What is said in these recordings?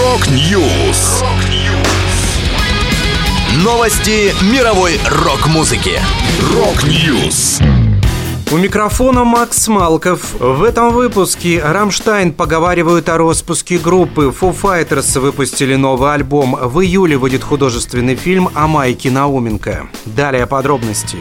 Рок-Ньюс. Новости мировой рок-музыки. Рок-Ньюс. У микрофона Макс Малков. В этом выпуске «Рамштайн» поговаривают о распуске группы. Foo Fighters выпустили новый альбом. В июле выйдет художественный фильм о Майке Науменко. Далее подробности.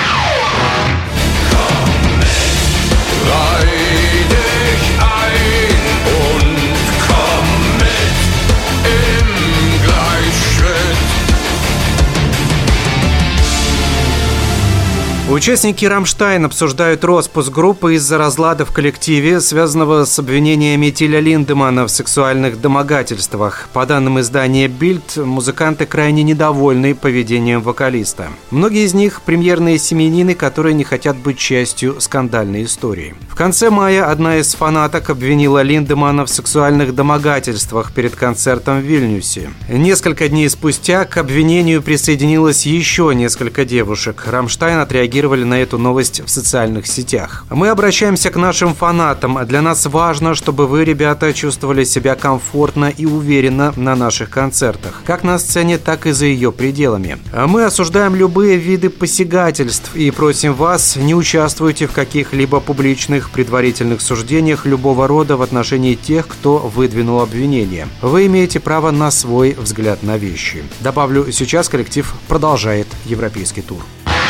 Участники «Рамштайн» обсуждают распуск группы из-за разлада в коллективе, связанного с обвинениями Тиля Линдеманна в сексуальных домогательствах. По данным издания «Бильд», музыканты крайне недовольны поведением вокалиста. Многие из них – премьерные семьянины, которые не хотят быть частью скандальной истории. В конце мая одна из фанаток обвинила Линдеманна в сексуальных домогательствах перед концертом в Вильнюсе. Несколько дней спустя к обвинению присоединилось еще несколько девушек. «Рамштайн» отреагировали на эту новость в социальных сетях. Мы обращаемся к нашим фанатам. Для нас важно, чтобы вы, ребята, чувствовали себя комфортно и уверенно на наших концертах. Как на сцене, так и за ее пределами. Мы осуждаем любые виды посягательств и просим вас, не участвуйте в каких-либо публичных предварительных суждениях любого рода в отношении тех, кто выдвинул обвинения. Вы имеете право на свой взгляд на вещи. Добавлю, сейчас коллектив продолжает европейский тур.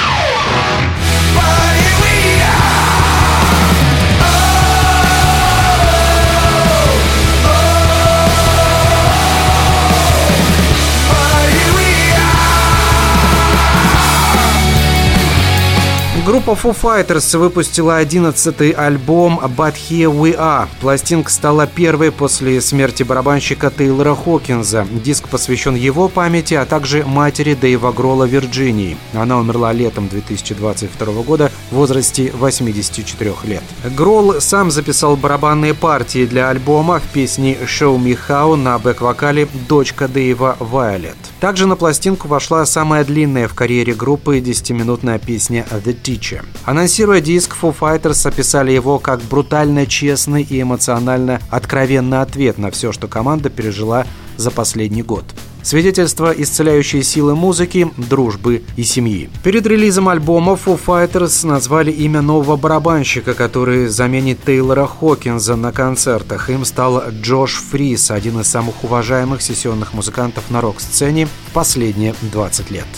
Группа Foo Fighters выпустила 11-й альбом «But Here We Are». Пластинка стала первой после смерти барабанщика Тейлора Хокинза. Диск посвящен его памяти, а также матери Дэйва Гролла Вирджинии. Она умерла летом 2022 года в возрасте 84 лет. Гролл сам записал барабанные партии для альбома в песне «Show Me How» на бэк-вокале дочка Дэйва Вайолет. Также на пластинку вошла самая длинная в карьере группы 10-минутная песня «The Teacher». Анонсируя диск, Foo Fighters описали его как брутально честный и эмоционально откровенный ответ на все, что команда пережила за последний год. Свидетельство исцеляющей силы музыки, дружбы и семьи. Перед релизом альбома Foo Fighters назвали имя нового барабанщика, который заменит Тейлора Хокинза на концертах. Им стал Джош Фрис, один из самых уважаемых сессионных музыкантов на рок-сцене в последние 20 лет.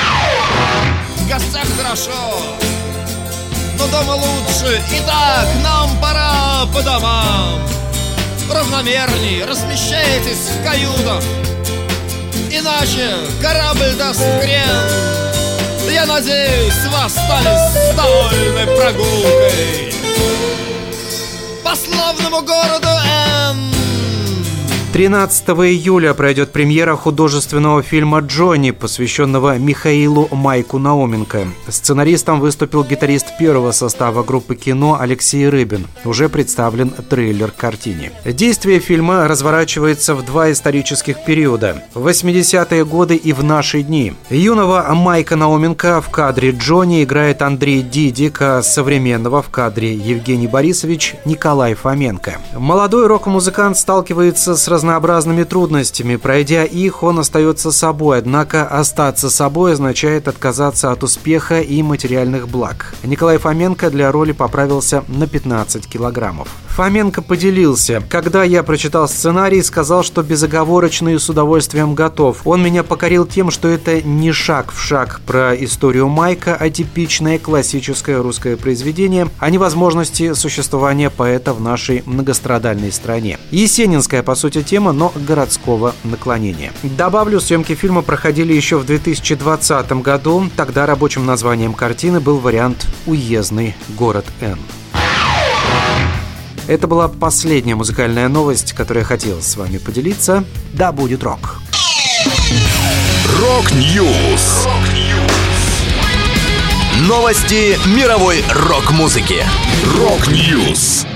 В гостях хорошо, но дома лучше. Итак, нам пора по домам. Равномерней размещайтесь в каютах, иначе корабль даст крен. Я надеюсь, вы остались с довольной прогулкой по славному городу Н. 13 июля пройдет премьера художественного фильма «Джонни», посвященного Михаилу Майку Науменко. Сценаристом выступил гитарист первого состава группы кино Алексей Рыбин. Уже представлен трейлер к картине. Действие фильма разворачивается в два исторических периода – в 80-е годы и в наши дни. Юного Майка Науменко в кадре Джонни играет Андрей Дидик, а современного в кадре Евгений Борисович Николай Фоменко. Молодой рок-музыкант сталкивается с разнообразными трудностями. Пройдя их, он остается собой. Однако остаться собой означает отказаться от успеха и материальных благ. Николай Фоменко для роли поправился на 15 килограммов. Фоменко поделился: «Когда я прочитал сценарий, сказал, что безоговорочно и с удовольствием готов. Он меня покорил тем, что это не шаг в шаг про историю Майка, а типичное классическое русское произведение о невозможности существования поэта в нашей многострадальной стране. Есенинская, по сути, тема, но городского наклонения». Добавлю, съемки фильма проходили еще в 2020 году. Тогда рабочим названием картины был вариант «Уездный город Н». Это была последняя музыкальная новость, которую я хотел с вами поделиться. Да будет рок! Рок-Ньюс. Новости мировой рок-музыки. Рок-Ньюс.